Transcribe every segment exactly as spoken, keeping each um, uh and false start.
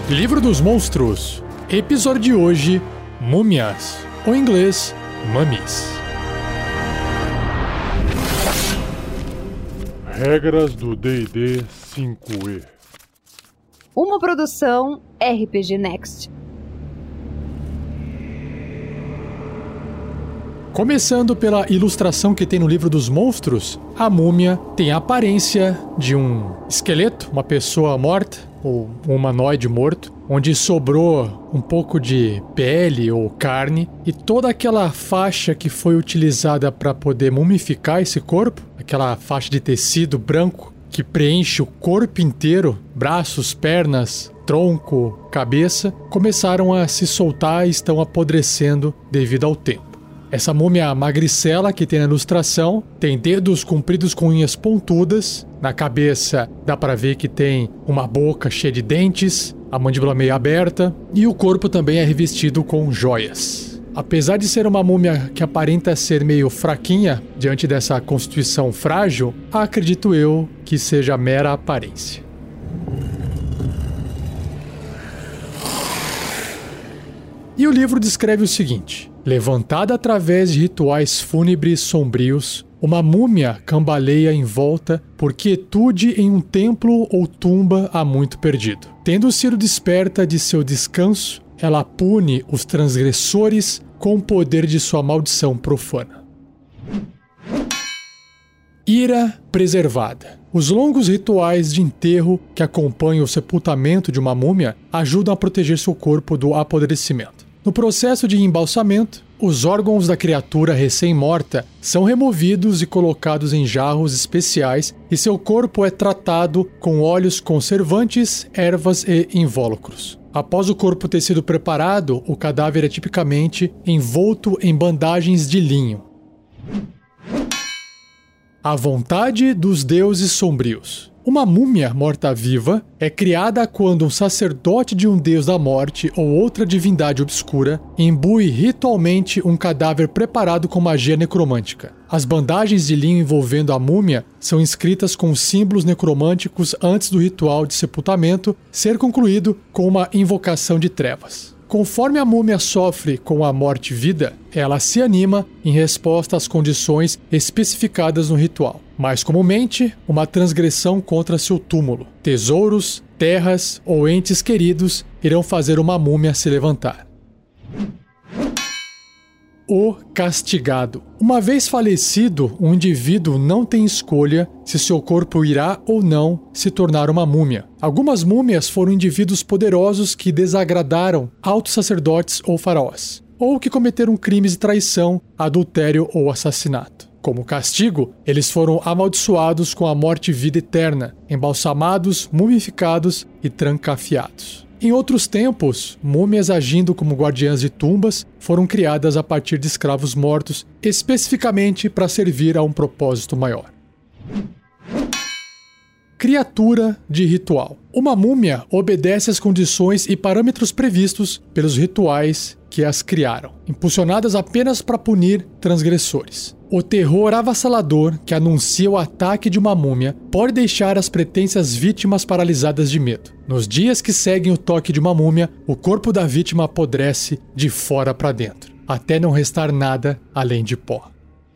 Livro dos Monstros. Episódio de hoje, Múmias, ou em inglês, Mummies. Regras do D e D cinco E. Uma produção R P G Next. Começando pela ilustração que tem no Livro dos Monstros, a múmia tem a aparência de um esqueleto, uma pessoa morta, ou um humanoide morto, onde sobrou um pouco de pele ou carne, e toda aquela faixa que foi utilizada para poder mumificar esse corpo, aquela faixa de tecido branco que preenche o corpo inteiro, braços, pernas, tronco, cabeça, começaram a se soltar e estão apodrecendo devido ao tempo. Essa múmia magricela que tem na ilustração tem dedos compridos com unhas pontudas. Na cabeça dá para ver que tem uma boca cheia de dentes, a mandíbula meio aberta e o corpo também é revestido com joias. Apesar de ser uma múmia que aparenta ser meio fraquinha diante dessa constituição frágil, acredito eu que seja mera aparência. E o livro descreve o seguinte: levantada através de rituais fúnebres sombrios, uma múmia cambaleia em volta por quietude em um templo ou tumba há muito perdido. Tendo sido desperta de seu descanso, ela pune os transgressores com o poder de sua maldição profana. Ira preservada. Os longos rituais de enterro que acompanham o sepultamento de uma múmia ajudam a proteger seu corpo do apodrecimento. No processo de embalsamento, os órgãos da criatura recém-morta são removidos e colocados em jarros especiais e seu corpo é tratado com óleos conservantes, ervas e invólucros. Após o corpo ter sido preparado, o cadáver é tipicamente envolto em bandagens de linho. A vontade dos deuses sombrios. Uma múmia morta-viva é criada quando um sacerdote de um deus da morte ou outra divindade obscura imbui ritualmente um cadáver preparado com magia necromântica. As bandagens de linho envolvendo a múmia são inscritas com símbolos necromânticos antes do ritual de sepultamento ser concluído com uma invocação de trevas. Conforme a múmia sofre com a morte-vida, ela se anima em resposta às condições especificadas no ritual. Mais comumente, uma transgressão contra seu túmulo. Tesouros, terras ou entes queridos irão fazer uma múmia se levantar. O castigado. Uma vez falecido, um indivíduo não tem escolha se seu corpo irá ou não se tornar uma múmia. Algumas múmias foram indivíduos poderosos que desagradaram altos sacerdotes ou faraós, ou que cometeram crimes de traição, adultério ou assassinato. Como castigo, eles foram amaldiçoados com a morte-vida eterna, embalsamados, mumificados e trancafiados. Em outros tempos, múmias agindo como guardiãs de tumbas foram criadas a partir de escravos mortos, especificamente para servir a um propósito maior. Criatura de ritual. Uma múmia obedece às condições e parâmetros previstos pelos rituais que as criaram, impulsionadas apenas para punir transgressores. O terror avassalador que anuncia o ataque de uma múmia pode deixar as pretensas vítimas paralisadas de medo. Nos dias que seguem o toque de uma múmia, o corpo da vítima apodrece de fora para dentro, até não restar nada além de pó.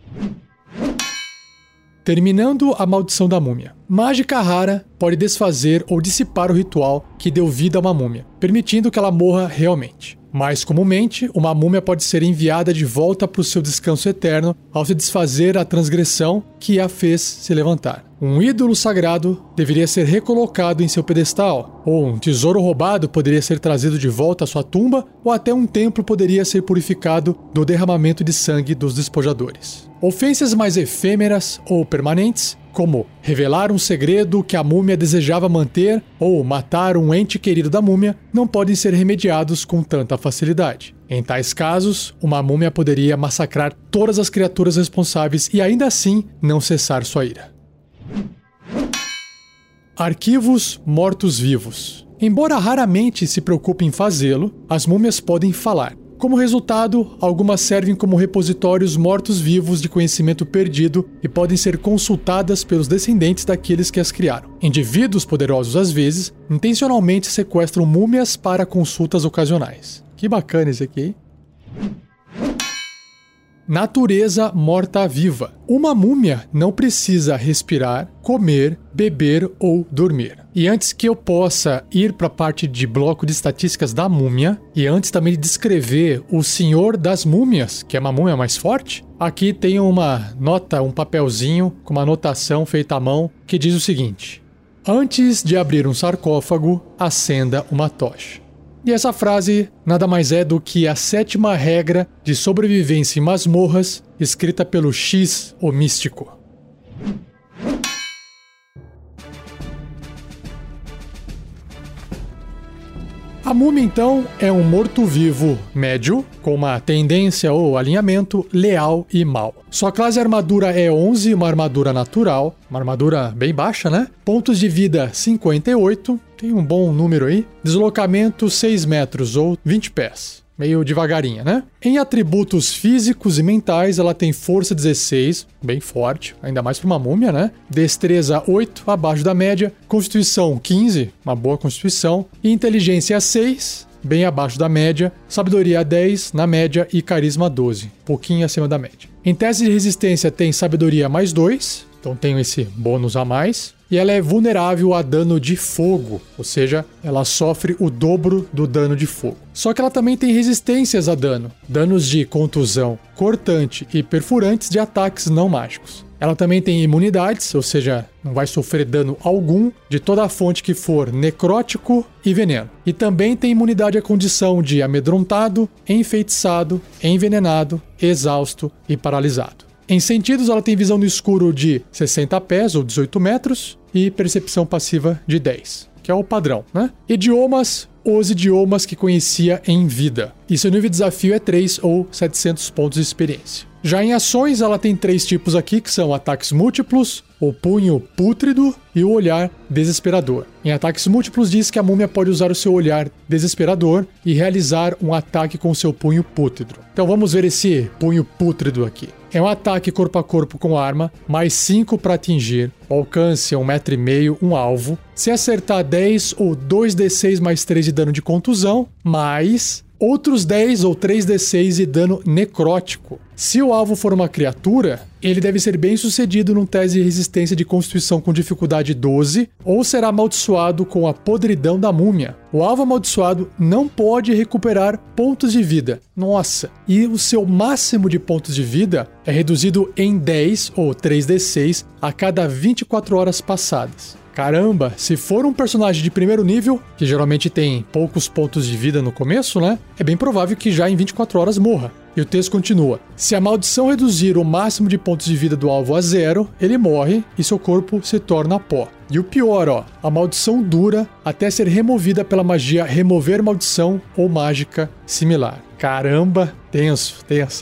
Terminando a maldição da múmia. Mágica rara pode desfazer ou dissipar o ritual que deu vida a uma múmia, permitindo que ela morra realmente. Mais comumente, uma múmia pode ser enviada de volta para o seu descanso eterno ao se desfazer a transgressão que a fez se levantar. Um ídolo sagrado deveria ser recolocado em seu pedestal, ou um tesouro roubado poderia ser trazido de volta à sua tumba, ou até um templo poderia ser purificado do derramamento de sangue dos despojadores. Ofensas mais efêmeras ou permanentes, como revelar um segredo que a múmia desejava manter ou matar um ente querido da múmia, não podem ser remediados com tanta facilidade. Em tais casos, uma múmia poderia massacrar todas as criaturas responsáveis e ainda assim não cessar sua ira. Arquivos mortos-vivos. Embora raramente se preocupe em fazê-lo, as múmias podem falar. Como resultado, algumas servem como repositórios mortos-vivos de conhecimento perdido e podem ser consultadas pelos descendentes daqueles que as criaram. Indivíduos poderosos, às vezes, intencionalmente sequestram múmias para consultas ocasionais. Que bacana isso aqui, hein? Natureza morta-viva. Uma múmia não precisa respirar, comer, beber ou dormir. E antes que eu possa ir para a parte de bloco de estatísticas da múmia, e antes também de descrever o Senhor das Múmias, que é uma múmia mais forte, aqui tem uma nota, um papelzinho com uma anotação feita à mão que diz o seguinte: antes de abrir um sarcófago, acenda uma tocha. E essa frase nada mais é do que a sétima regra de sobrevivência em masmorras, escrita pelo X, o Místico. A múmia, então, é um morto-vivo médio, com uma tendência ou alinhamento leal e mau. Sua classe armadura é onze, uma armadura natural, uma armadura bem baixa, né? Pontos de vida cinquenta e oito, tem um bom número aí. Deslocamento seis metros ou vinte pés. Meio devagarinha, né? Em atributos físicos e mentais, ela tem força dezesseis, bem forte, ainda mais para uma múmia, né? Destreza oito, abaixo da média. Constituição quinze, uma boa constituição. E inteligência seis, bem abaixo da média. Sabedoria dez, na média. E carisma doze, pouquinho acima da média. Em teste de resistência tem sabedoria mais dois, então tem esse bônus a mais. E ela é vulnerável a dano de fogo, ou seja, ela sofre o dobro do dano de fogo. Só que ela também tem resistências a dano, danos de contusão, cortante e perfurantes de ataques não mágicos. Ela também tem imunidades, ou seja, não vai sofrer dano algum de toda a fonte que for necrótico e veneno. E também tem imunidade à condição de amedrontado, enfeitiçado, envenenado, exausto e paralisado. Em sentidos, ela tem visão no escuro de sessenta pés ou dezoito metros e percepção passiva de dez, que é o padrão, né? Idiomas, os idiomas que conhecia em vida. E seu nível de desafio é três ou setecentos pontos de experiência. Já em ações, ela tem três tipos aqui, que são ataques múltiplos, o punho pútrido e o olhar desesperador. Em ataques múltiplos, diz que a múmia pode usar o seu olhar desesperador e realizar um ataque com o seu punho pútrido. Então vamos ver esse punho pútrido aqui. É um ataque corpo a corpo com arma, mais cinco para atingir, alcance um metro e meio, um alvo. Se acertar dez ou dois d seis mais três de dano de contusão, mais outros dez ou três d seis de dano necrótico. Se o alvo for uma criatura, ele deve ser bem sucedido num teste de resistência de constituição com dificuldade doze ou será amaldiçoado com a podridão da múmia. O alvo amaldiçoado não pode recuperar pontos de vida. Nossa! E o seu máximo de pontos de vida é reduzido em dez ou três d seis a cada vinte e quatro horas passadas. Caramba, se for um personagem de primeiro nível, que geralmente tem poucos pontos de vida no começo, né? É bem provável que já em vinte e quatro horas morra. E o texto continua. Se a maldição reduzir o máximo de pontos de vida do alvo a zero, ele morre e seu corpo se torna pó. E o pior, ó, a maldição dura até ser removida pela magia Remover Maldição ou mágica similar. Caramba, tenso, tenso.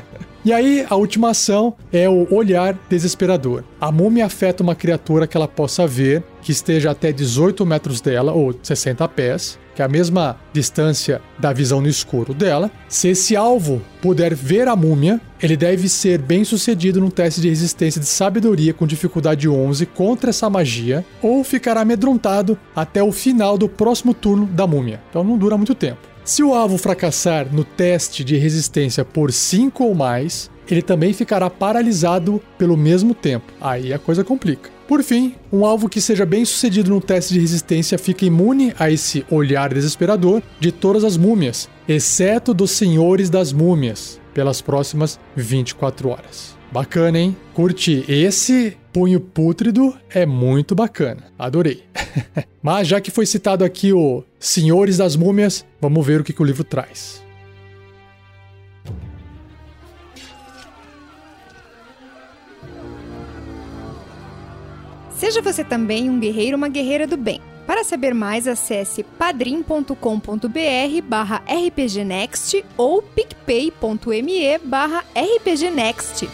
E aí, a última ação é o olhar desesperador. A múmia afeta uma criatura que ela possa ver, que esteja até dezoito metros dela, ou sessenta pés, que é a mesma distância da visão no escuro dela. Se esse alvo puder ver a múmia, ele deve ser bem sucedido num teste de resistência de sabedoria com dificuldade onze contra essa magia, ou ficará amedrontado até o final do próximo turno da múmia. Então não dura muito tempo. Se o alvo fracassar no teste de resistência por cinco ou mais, ele também ficará paralisado pelo mesmo tempo. Aí a coisa complica. Por fim, um alvo que seja bem sucedido no teste de resistência fica imune a esse olhar desesperador de todas as múmias, exceto dos senhores das múmias, pelas próximas vinte e quatro horas. Bacana, hein? Curti. Esse punho pútrido é muito bacana. Adorei. Mas já que foi citado aqui o Senhores das Múmias, vamos ver o que, que o livro traz. Seja você também um guerreiro ou uma guerreira do bem. Para saber mais, acesse padrim.com.br barra rpgnext ou picpay.me barra rpgnext.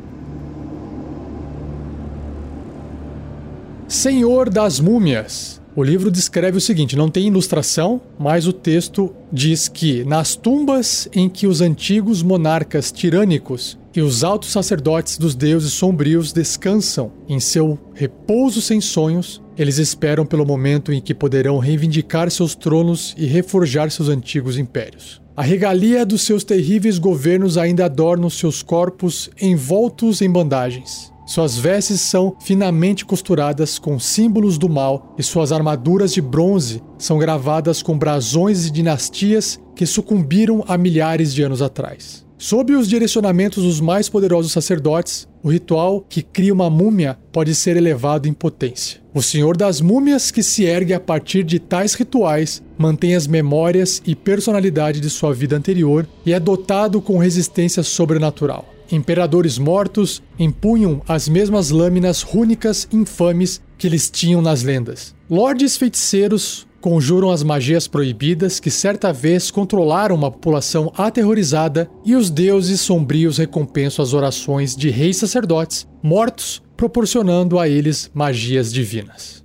Senhor das Múmias. O livro descreve o seguinte, não tem ilustração, mas o texto diz que nas tumbas em que os antigos monarcas tirânicos e os altos sacerdotes dos deuses sombrios descansam em seu repouso sem sonhos, eles esperam pelo momento em que poderão reivindicar seus tronos e reforjar seus antigos impérios. A regalia dos seus terríveis governos ainda adorna os seus corpos envoltos em bandagens. Suas vestes são finamente costuradas com símbolos do mal e suas armaduras de bronze são gravadas com brasões de dinastias que sucumbiram há milhares de anos atrás. Sob os direcionamentos dos mais poderosos sacerdotes, o ritual que cria uma múmia pode ser elevado em potência. O Senhor das Múmias, que se ergue a partir de tais rituais, mantém as memórias e personalidade de sua vida anterior e é dotado com resistência sobrenatural. Imperadores mortos empunham as mesmas lâminas rúnicas infames que eles tinham nas lendas. Lordes feiticeiros conjuram as magias proibidas que certa vez controlaram uma população aterrorizada e os deuses sombrios recompensam as orações de reis sacerdotes mortos, proporcionando a eles magias divinas.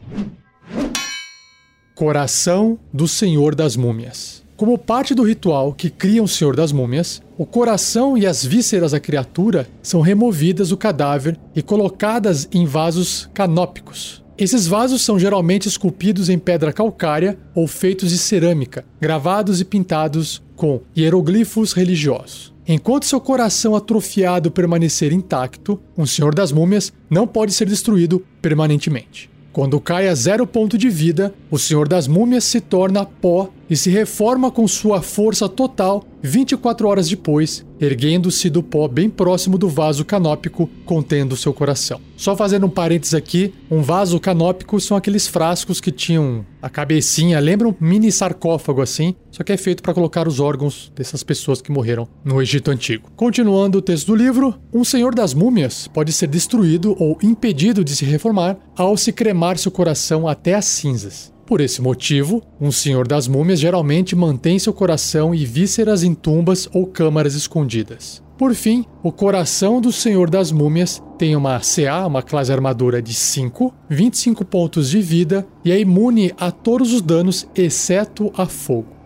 Coração do Senhor das Múmias. Como parte do ritual que cria o Senhor das Múmias, o coração e as vísceras da criatura são removidas do cadáver e colocadas em vasos canópicos. Esses vasos são geralmente esculpidos em pedra calcária ou feitos de cerâmica, gravados e pintados com hieroglifos religiosos. Enquanto seu coração atrofiado permanecer intacto, o Senhor das Múmias não pode ser destruído permanentemente. Quando cai a zero ponto de vida, o Senhor das Múmias se torna pó e se reforma com sua força total vinte e quatro horas depois, erguendo-se do pó bem próximo do vaso canópico contendo seu coração. Só fazendo um parênteses aqui, um vaso canópico são aqueles frascos que tinham a cabecinha, lembra um mini sarcófago assim, só que é feito para colocar os órgãos dessas pessoas que morreram no Egito Antigo. Continuando o texto do livro, um Senhor das Múmias pode ser destruído ou impedido de se reformar ao se cremar seu coração até as cinzas. Por esse motivo, um Senhor das Múmias geralmente mantém seu coração e vísceras em tumbas ou câmaras escondidas. Por fim, o coração do Senhor das Múmias tem uma C A, uma classe armadura de cinco, vinte e cinco pontos de vida e é imune a todos os danos, exceto a fogo.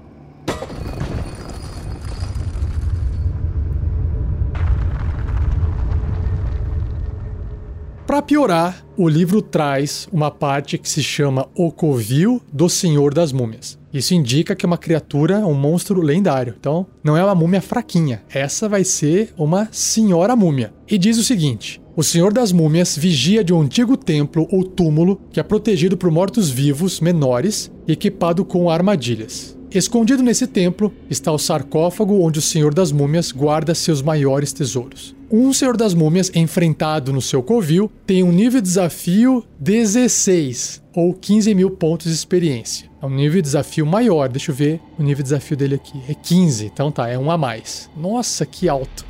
Para piorar, o livro traz uma parte que se chama O Covil do Senhor das Múmias. Isso indica que é uma criatura, um monstro lendário. Então, não é uma múmia fraquinha. Essa vai ser uma senhora múmia. E diz o seguinte: o Senhor das Múmias vigia de um antigo templo ou túmulo que é protegido por mortos-vivos menores e equipado com armadilhas. Escondido nesse templo está o sarcófago onde o Senhor das Múmias guarda seus maiores tesouros. Um Senhor das Múmias enfrentado no seu covil tem um nível de desafio dezesseis, ou quinze mil pontos de experiência. É um nível de desafio maior, deixa eu ver o nível de desafio dele aqui. É quinze, então tá, é um a mais. Nossa, que alto!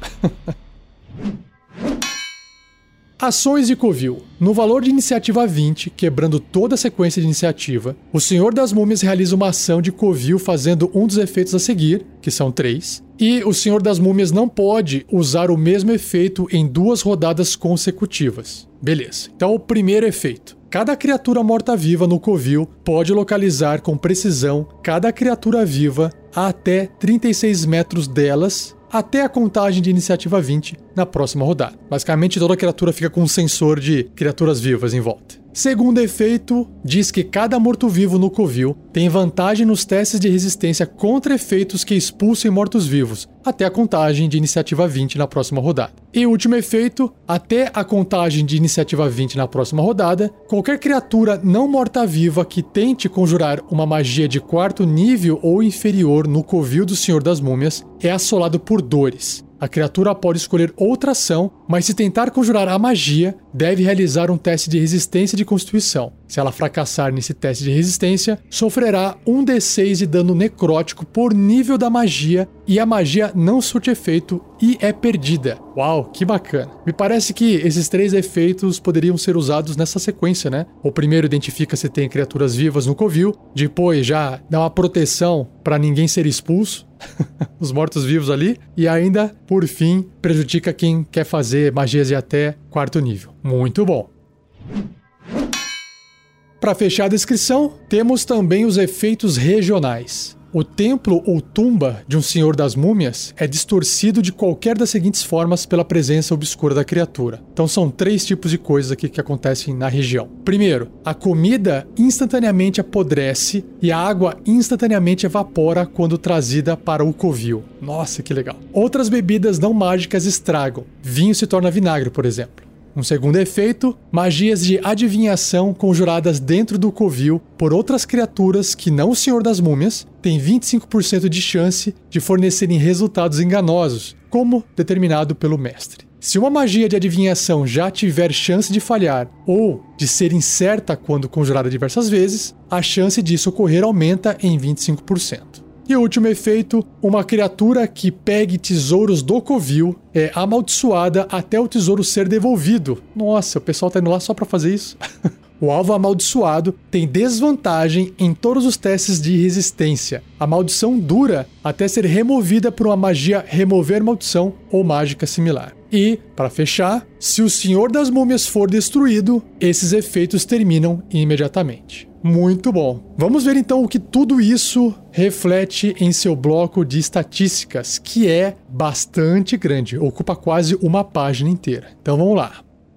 Ações de covil. No valor de iniciativa vinte, quebrando toda a sequência de iniciativa, o Senhor das Múmias realiza uma ação de covil fazendo um dos efeitos a seguir, que são três, e o Senhor das Múmias não pode usar o mesmo efeito em duas rodadas consecutivas. Beleza. Então, o primeiro efeito. Cada criatura morta-viva no covil pode localizar com precisão cada criatura viva a até trinta e seis metros delas, até a contagem de iniciativa vinte na próxima rodada. Basicamente, toda criatura fica com um sensor de criaturas vivas em volta. Segundo efeito, diz que cada morto-vivo no covil tem vantagem nos testes de resistência contra efeitos que expulsem mortos-vivos, até a contagem de iniciativa vinte na próxima rodada. E último efeito, até a contagem de iniciativa vinte na próxima rodada, qualquer criatura não morta-viva que tente conjurar uma magia de quarto nível ou inferior no covil do Senhor das Múmias é assolado por dores. A criatura pode escolher outra ação, mas se tentar conjurar a magia, deve realizar um teste de resistência de constituição. Se ela fracassar nesse teste de resistência, sofrerá um D seis de dano necrótico por nível da magia e a magia não surte efeito e é perdida. Uau, que bacana. Me parece que esses três efeitos poderiam ser usados nessa sequência, né? O primeiro identifica se tem criaturas vivas no covil, depois já dá uma proteção para ninguém ser expulso, os mortos-vivos ali, e ainda, por fim, prejudica quem quer fazer magias de até quarto nível. Muito bom. para fechar a descrição, temos também os efeitos regionais. O templo ou tumba de um Senhor das Múmias é distorcido de qualquer das seguintes formas pela presença obscura da criatura. Então são três tipos de coisas aqui que acontecem na região. Primeiro, a comida instantaneamente apodrece e a água instantaneamente evapora quando trazida para o covil. Nossa, que legal. Outras bebidas não mágicas estragam. Vinho se torna vinagre, por exemplo. Um segundo efeito, magias de adivinhação conjuradas dentro do covil por outras criaturas que não o Senhor das Múmias têm vinte e cinco por cento de chance de fornecerem resultados enganosos, como determinado pelo mestre. Se uma magia de adivinhação já tiver chance de falhar ou de ser incerta quando conjurada diversas vezes, a chance disso ocorrer aumenta em vinte e cinco por cento. E o último efeito, uma criatura que pegue tesouros do covil é amaldiçoada até o tesouro ser devolvido. Nossa, o pessoal tá indo lá só pra fazer isso? O alvo amaldiçoado tem desvantagem em todos os testes de resistência. A maldição dura até ser removida por uma magia remover maldição ou mágica similar. E, para fechar, se o Senhor das Múmias for destruído, esses efeitos terminam imediatamente. Muito bom. Vamos ver então o que tudo isso reflete em seu bloco de estatísticas, que é bastante grande, ocupa quase uma página inteira. Então vamos lá.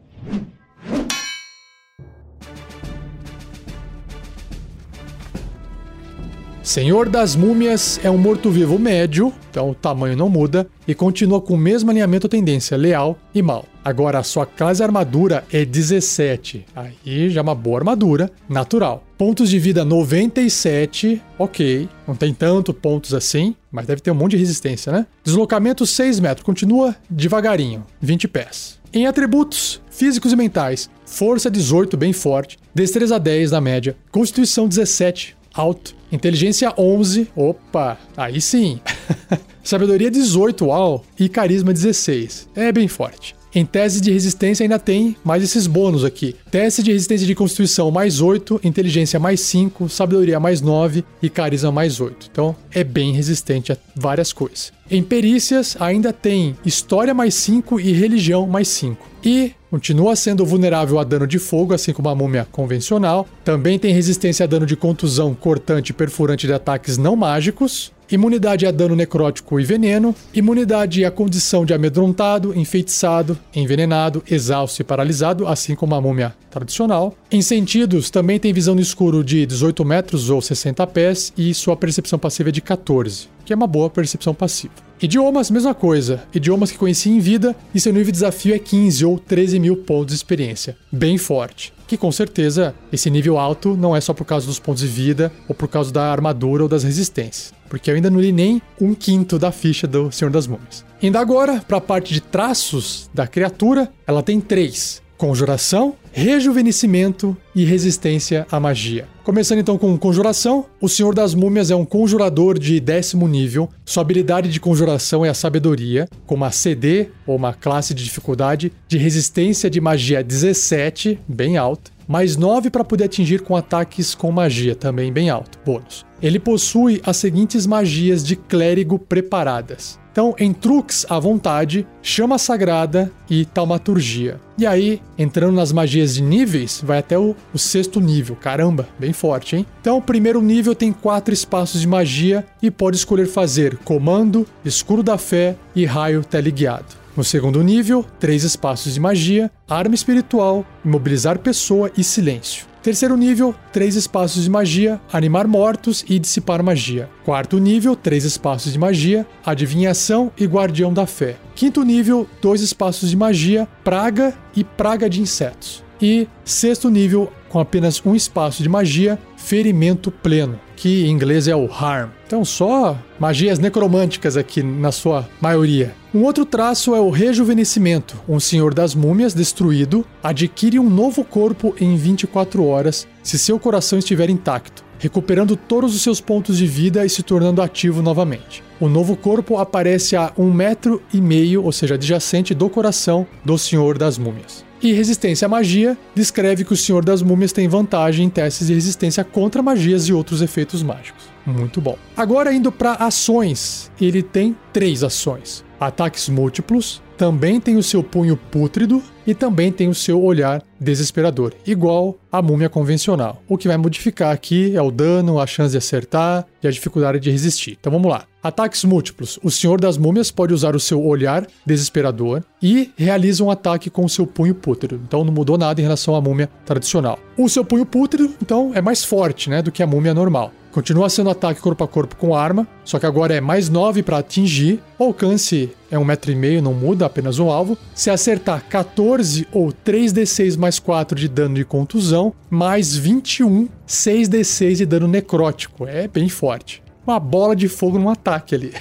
Senhor das Múmias é um morto-vivo médio, então o tamanho não muda, e continua com o mesmo alinhamento ou tendência, leal e mal. Agora, a sua classe armadura é dezessete, aí já é uma boa armadura, natural. Pontos de vida noventa e sete, ok, não tem tanto pontos assim, mas deve ter um monte de resistência, né? Deslocamento seis metros, continua devagarinho, vinte pés. Em atributos físicos e mentais, força dezoito, bem forte, destreza dez na média, constituição dezessete, alto, inteligência onze, opa, aí sim, sabedoria dezoito, uau, e carisma dezesseis, é bem forte. Em tese de resistência ainda tem mais esses bônus aqui. Teste de resistência de constituição mais oito, inteligência mais cinco, sabedoria mais nove e carisma mais oito. Então é bem resistente a várias coisas. Em perícias ainda tem história mais cinco e religião mais cinco. E continua sendo vulnerável a dano de fogo, assim como a múmia convencional. Também tem resistência a dano de contusão, cortante e perfurante de ataques não mágicos. Imunidade a dano necrótico e veneno, imunidade à condição de amedrontado, enfeitiçado, envenenado, exausto e paralisado, assim como a múmia tradicional. Em sentidos, também tem visão no escuro de dezoito metros ou sessenta pés e sua percepção passiva é de quatorze, que é uma boa percepção passiva. Idiomas, mesma coisa. Idiomas que conheci em vida e seu nível de desafio é quinze ou treze mil pontos de experiência. Bem forte. Que com certeza esse nível alto não é só por causa dos pontos de vida ou por causa da armadura ou das resistências. Porque eu ainda não li nem um quinto da ficha do Senhor das Múmias. Indo agora para a parte de traços da criatura, ela tem três. Conjuração, rejuvenescimento e resistência à magia. Começando então com conjuração, o Senhor das Múmias é um conjurador de décimo nível. Sua habilidade de conjuração é a sabedoria, com uma C D, ou uma classe de dificuldade, de resistência de magia dezessete, bem alta, mais nove para poder atingir com ataques com magia, também bem alto, bônus. Ele possui as seguintes magias de clérigo preparadas. Então, em truques à vontade, chama sagrada e taumaturgia. E aí, entrando nas magias de níveis, vai até o, o sexto nível. Caramba, bem forte, hein? Então, o primeiro nível tem quatro espaços de magia e pode escolher fazer comando, escuro da fé e raio teleguiado. No segundo nível, três espaços de magia, arma espiritual, imobilizar pessoa e silêncio. Terceiro nível, três espaços de magia, animar mortos e dissipar magia. Quarto nível, três espaços de magia, adivinhação e guardião da fé. Quinto nível, dois espaços de magia, praga e praga de insetos. E sexto nível, com apenas um espaço de magia, ferimento pleno, que em inglês é o harm. Então só magias necromânticas aqui na sua maioria. Um outro traço é o rejuvenescimento. Um Senhor das Múmias destruído adquire um novo corpo em vinte e quatro horas se seu coração estiver intacto, recuperando todos os seus pontos de vida e se tornando ativo novamente. O novo corpo aparece a um metro e meio, ou seja, adjacente do coração do Senhor das Múmias. E resistência à magia descreve que o Senhor das Múmias tem vantagem em testes de resistência contra magias e outros efeitos mágicos. Muito bom. Agora indo para ações, ele tem três ações. Ataques múltiplos, também tem o seu punho pútrido e também tem o seu olhar desesperador, igual a múmia convencional. O que vai modificar aqui é o dano, a chance de acertar e a dificuldade de resistir. Então vamos lá. Ataques múltiplos. O Senhor das Múmias pode usar o seu olhar desesperador e realiza um ataque com o seu punho pútrido. Então não mudou nada em relação à múmia tradicional. O seu punho pútrido, então, é mais forte, né, do que a múmia normal. Continua sendo ataque corpo a corpo com arma, só que agora é mais nove para atingir. O alcance é um metro e meio, não muda, apenas um alvo. Se acertar quatorze ou três d seis mais quatro de dano de contusão, mais vinte e um, seis d seis de dano necrótico. É bem forte. Uma bola de fogo num ataque ali.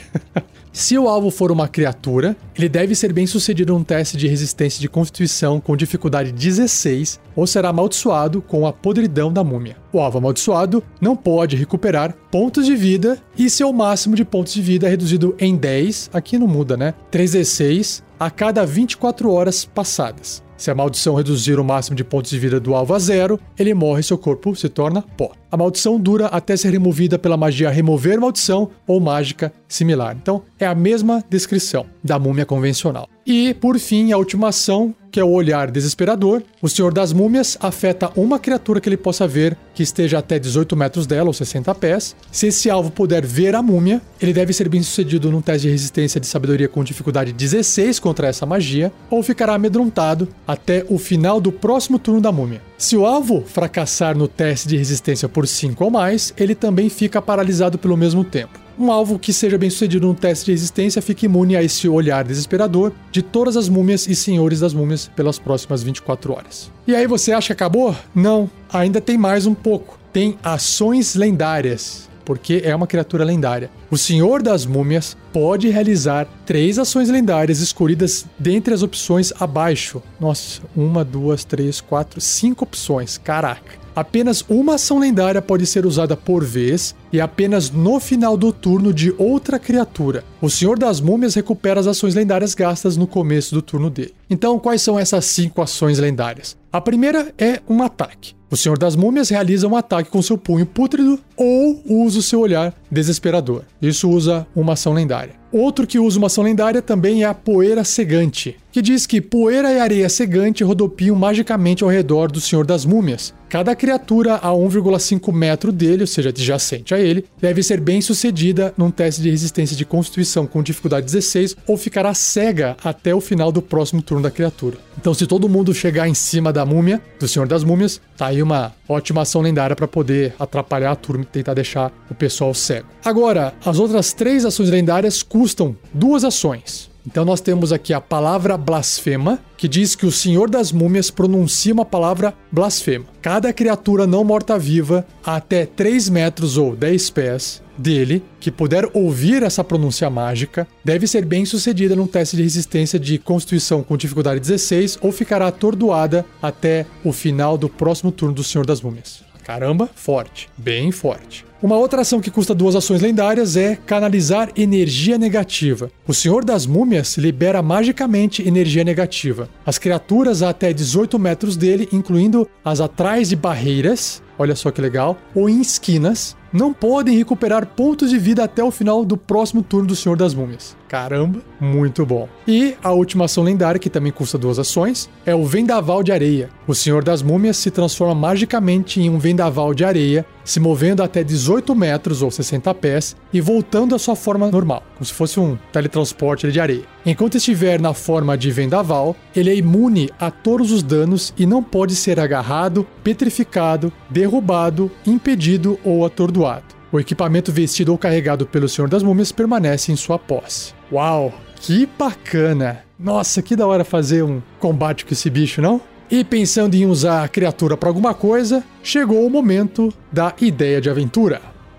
Se o alvo for uma criatura, ele deve ser bem sucedido num teste de resistência de constituição com dificuldade dezesseis ou será amaldiçoado com a podridão da múmia. O alvo amaldiçoado não pode recuperar pontos de vida e seu máximo de pontos de vida é reduzido em dez, aqui não muda, né? três d seis a cada vinte e quatro horas passadas. Se a maldição reduzir o máximo de pontos de vida do alvo a zero, ele morre e seu corpo se torna pó. A maldição dura até ser removida pela magia Remover Maldição ou mágica similar. Então, é a mesma descrição da múmia convencional. E, por fim, a última ação, que é o Olhar Desesperador. O Senhor das Múmias afeta uma criatura que ele possa ver que esteja até dezoito metros dela, ou sessenta pés. Se esse alvo puder ver a múmia, ele deve ser bem sucedido num teste de resistência de sabedoria com dificuldade dezesseis contra essa magia, ou ficará amedrontado até o final do próximo turno da múmia. Se o alvo fracassar no teste de resistência por cinco ou mais, ele também fica paralisado pelo mesmo tempo. Um alvo que seja bem sucedido no teste de resistência fica imune a esse olhar desesperador de todas as múmias e senhores das múmias pelas próximas vinte e quatro horas. E aí você acha que acabou? Não, ainda tem mais um pouco. Tem ações lendárias, porque é uma criatura lendária. O Senhor das Múmias pode realizar três ações lendárias escolhidas dentre as opções abaixo. Nossa, uma, duas, três, quatro, cinco opções, caraca. Apenas uma ação lendária pode ser usada por vez e apenas no final do turno de outra criatura. O Senhor das Múmias recupera as ações lendárias gastas no começo do turno dele. Então, quais são essas cinco ações lendárias? A primeira é um ataque. O Senhor das Múmias realiza um ataque com seu punho pútrido ou usa o seu olhar desesperador. Isso usa uma ação lendária. Outro que usa uma ação lendária também é a Poeira Cegante, que diz que poeira e areia cegante rodopiam magicamente ao redor do Senhor das Múmias. Cada criatura a um vírgula cinco metro dele, ou seja, adjacente a ele, deve ser bem sucedida num teste de resistência de constituição com dificuldade dezesseis ou ficará cega até o final do próximo turno da criatura. Então, se todo mundo chegar em cima da múmia, do Senhor das Múmias, tá aí uma ótima ação lendária para poder atrapalhar a turma e tentar deixar o pessoal cego. Agora, as outras três ações lendárias custam duas ações. Então nós temos aqui a palavra blasfema, que diz que o Senhor das Múmias pronuncia uma palavra blasfema. Cada criatura não morta-viva a até três metros ou dez pés dele, que puder ouvir essa pronúncia mágica, deve ser bem sucedida num teste de resistência de constituição com dificuldade dezesseis ou ficará atordoada até o final do próximo turno do Senhor das Múmias. Caramba, forte, bem forte. Uma outra ação que custa duas ações lendárias é canalizar energia negativa. O Senhor das Múmias libera magicamente energia negativa. As criaturas a até dezoito metros dele, incluindo as atrás de barreiras, olha só que legal, ou em esquinas, não podem recuperar pontos de vida até o final do próximo turno do Senhor das Múmias. Caramba, muito bom. E a última ação lendária, que também custa duas ações, é o Vendaval de Areia. O Senhor das Múmias se transforma magicamente em um vendaval de areia, se movendo até dezoito metros ou sessenta pés e voltando à sua forma normal, como se fosse um teletransporte de areia. Enquanto estiver na forma de vendaval, ele é imune a todos os danos e não pode ser agarrado, petrificado, derrubado, impedido ou atordoado. O equipamento vestido ou carregado pelo Senhor das Múmias permanece em sua posse. Uau, que bacana! Nossa, que da hora fazer um combate com esse bicho, não? E pensando em usar a criatura para alguma coisa, chegou o momento da ideia de aventura.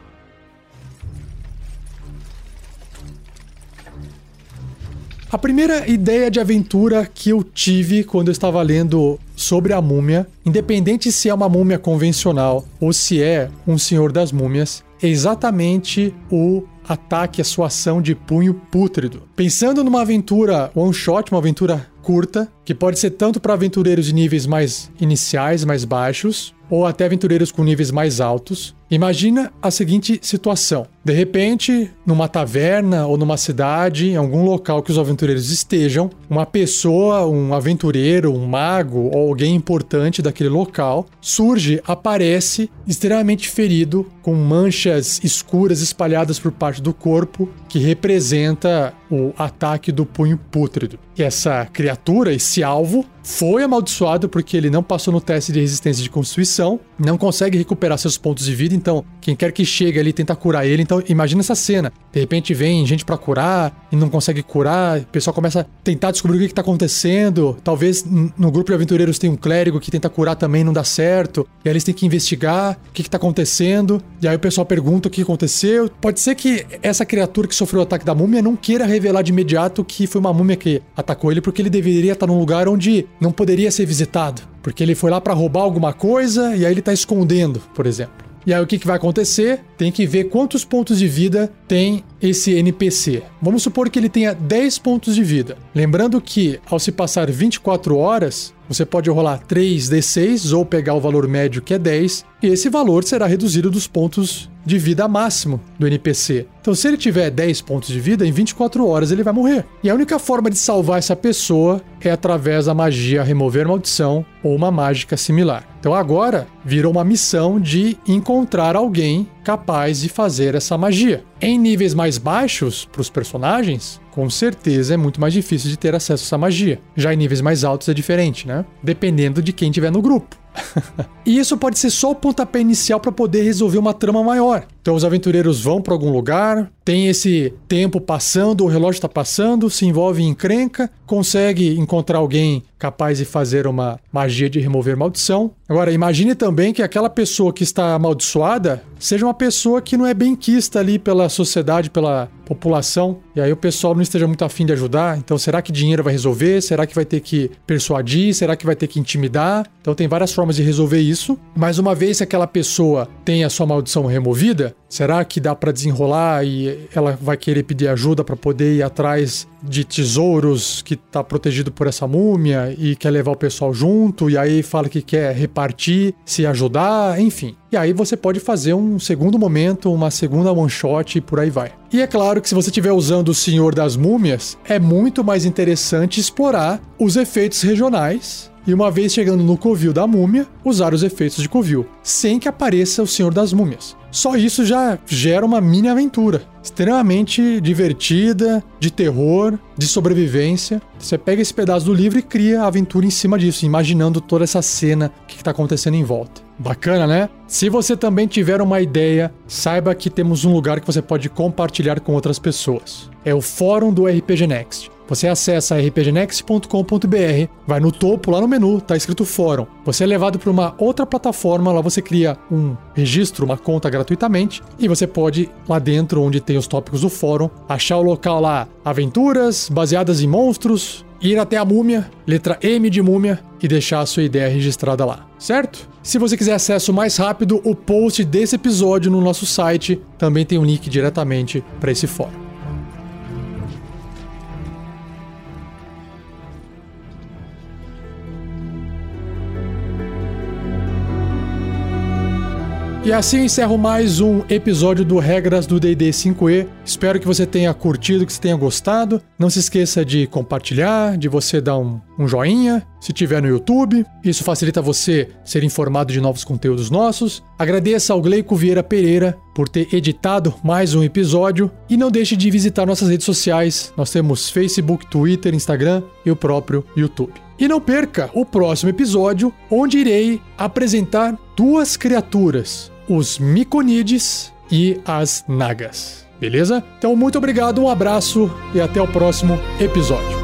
A primeira ideia de aventura que eu tive quando eu estava lendo sobre a múmia, independente se é uma múmia convencional ou se é um Senhor das Múmias, é exatamente o ataque, a sua ação de punho pútrido. Pensando numa aventura one shot, uma aventura curta, que pode ser tanto para aventureiros de níveis mais iniciais, mais baixos, ou até aventureiros com níveis mais altos. Imagina a seguinte situação. De repente, numa taverna ou numa cidade, em algum local que os aventureiros estejam, uma pessoa, um aventureiro, um mago ou alguém importante daquele local surge, aparece extremamente ferido, com manchas escuras espalhadas por parte do corpo, que representa o ataque do punho pútrido. E essa criatura, esse alvo, foi amaldiçoado porque ele não passou no teste de resistência de constituição, não consegue recuperar seus pontos de vida, então quem quer que chegue ali tenta curar ele. Então imagina essa cena, de repente vem gente pra curar e não consegue curar, o pessoal começa a tentar descobrir o que que tá acontecendo, talvez no grupo de aventureiros tem um clérigo que tenta curar também, não dá certo, e aí eles têm que investigar o que que tá acontecendo, e aí o pessoal pergunta o que aconteceu. Pode ser que essa criatura que sofreu o ataque da múmia não queira revelar de imediato que foi uma múmia que atacou ele, porque ele deveria estar num lugar onde não poderia ser visitado, porque ele foi lá pra roubar alguma coisa e aí ele tá escondendo, por exemplo. E aí o que que vai acontecer? Tem que ver quantos pontos de vida tem esse N P C. Vamos supor que ele tenha dez pontos de vida. Lembrando que ao se passar vinte e quatro horas, você pode rolar três D seis ou pegar o valor médio, que é dez, e esse valor será reduzido dos pontos de vida máximo do N P C. Então, se ele tiver dez pontos de vida, em vinte e quatro horas ele vai morrer. E a única forma de salvar essa pessoa é através da magia Remover Maldição ou uma mágica similar. Então agora virou uma missão de encontrar alguém capaz de fazer essa magia. Em níveis mais baixos, para os personagens, com certeza é muito mais difícil de ter acesso a essa magia. Já em níveis mais altos é diferente, né? Dependendo de quem tiver no grupo. E isso pode ser só o pontapé inicial para poder resolver uma trama maior. Então os aventureiros vão para algum lugar, tem esse tempo passando, o relógio está passando, se envolve em encrenca, consegue encontrar alguém capaz de fazer uma magia de remover maldição. Agora, imagine também que aquela pessoa que está amaldiçoada seja uma pessoa que não é bem quista ali pela sociedade, pela população, e aí o pessoal não esteja muito afim de ajudar. Então, será que dinheiro vai resolver? Será que vai ter que persuadir? Será que vai ter que intimidar? Então, tem várias formas de resolver isso. Mas uma vez que aquela pessoa tem a sua maldição removida, será que dá para desenrolar e ela vai querer pedir ajuda para poder ir atrás de tesouros que tá protegido por essa múmia e quer levar o pessoal junto, e aí fala que quer repartir, se ajudar, enfim. E aí você pode fazer um segundo momento, uma segunda one shot e por aí vai. E é claro que se você estiver usando o Senhor das Múmias, é muito mais interessante explorar os efeitos regionais. E uma vez chegando no covil da múmia, usar os efeitos de covil, sem que apareça o Senhor das Múmias. Só isso já gera uma mini aventura, extremamente divertida, de terror, de sobrevivência. Você pega esse pedaço do livro e cria a aventura em cima disso, imaginando toda essa cena, o que está acontecendo em volta. Bacana, né? Se você também tiver uma ideia, saiba que temos um lugar que você pode compartilhar com outras pessoas. É o fórum do R P G Next. Você acessa r p g next ponto com ponto b r, vai no topo, lá no menu, tá escrito fórum. Você é levado para uma outra plataforma, lá você cria um registro, uma conta gratuitamente, e você pode, lá dentro, onde tem os tópicos do fórum, achar o local lá, aventuras baseadas em monstros, ir até a múmia, letra M de múmia, e deixar a sua ideia registrada lá, certo? Se você quiser acesso mais rápido, o post desse episódio no nosso site também tem um link diretamente para esse fórum. E assim eu encerro mais um episódio do Regras do D e D cinco E. Espero que você tenha curtido, que você tenha gostado. Não se esqueça de compartilhar, de você dar um, um joinha, se tiver no YouTube. Isso facilita você ser informado de novos conteúdos nossos. Agradeça ao Gleico Vieira Pereira por ter editado mais um episódio. E não deixe de visitar nossas redes sociais. Nós temos Facebook, Twitter, Instagram e o próprio YouTube. E não perca o próximo episódio, onde irei apresentar duas criaturas, os Miconides e as Nagas. Beleza? Então, muito obrigado, um abraço e até o próximo episódio.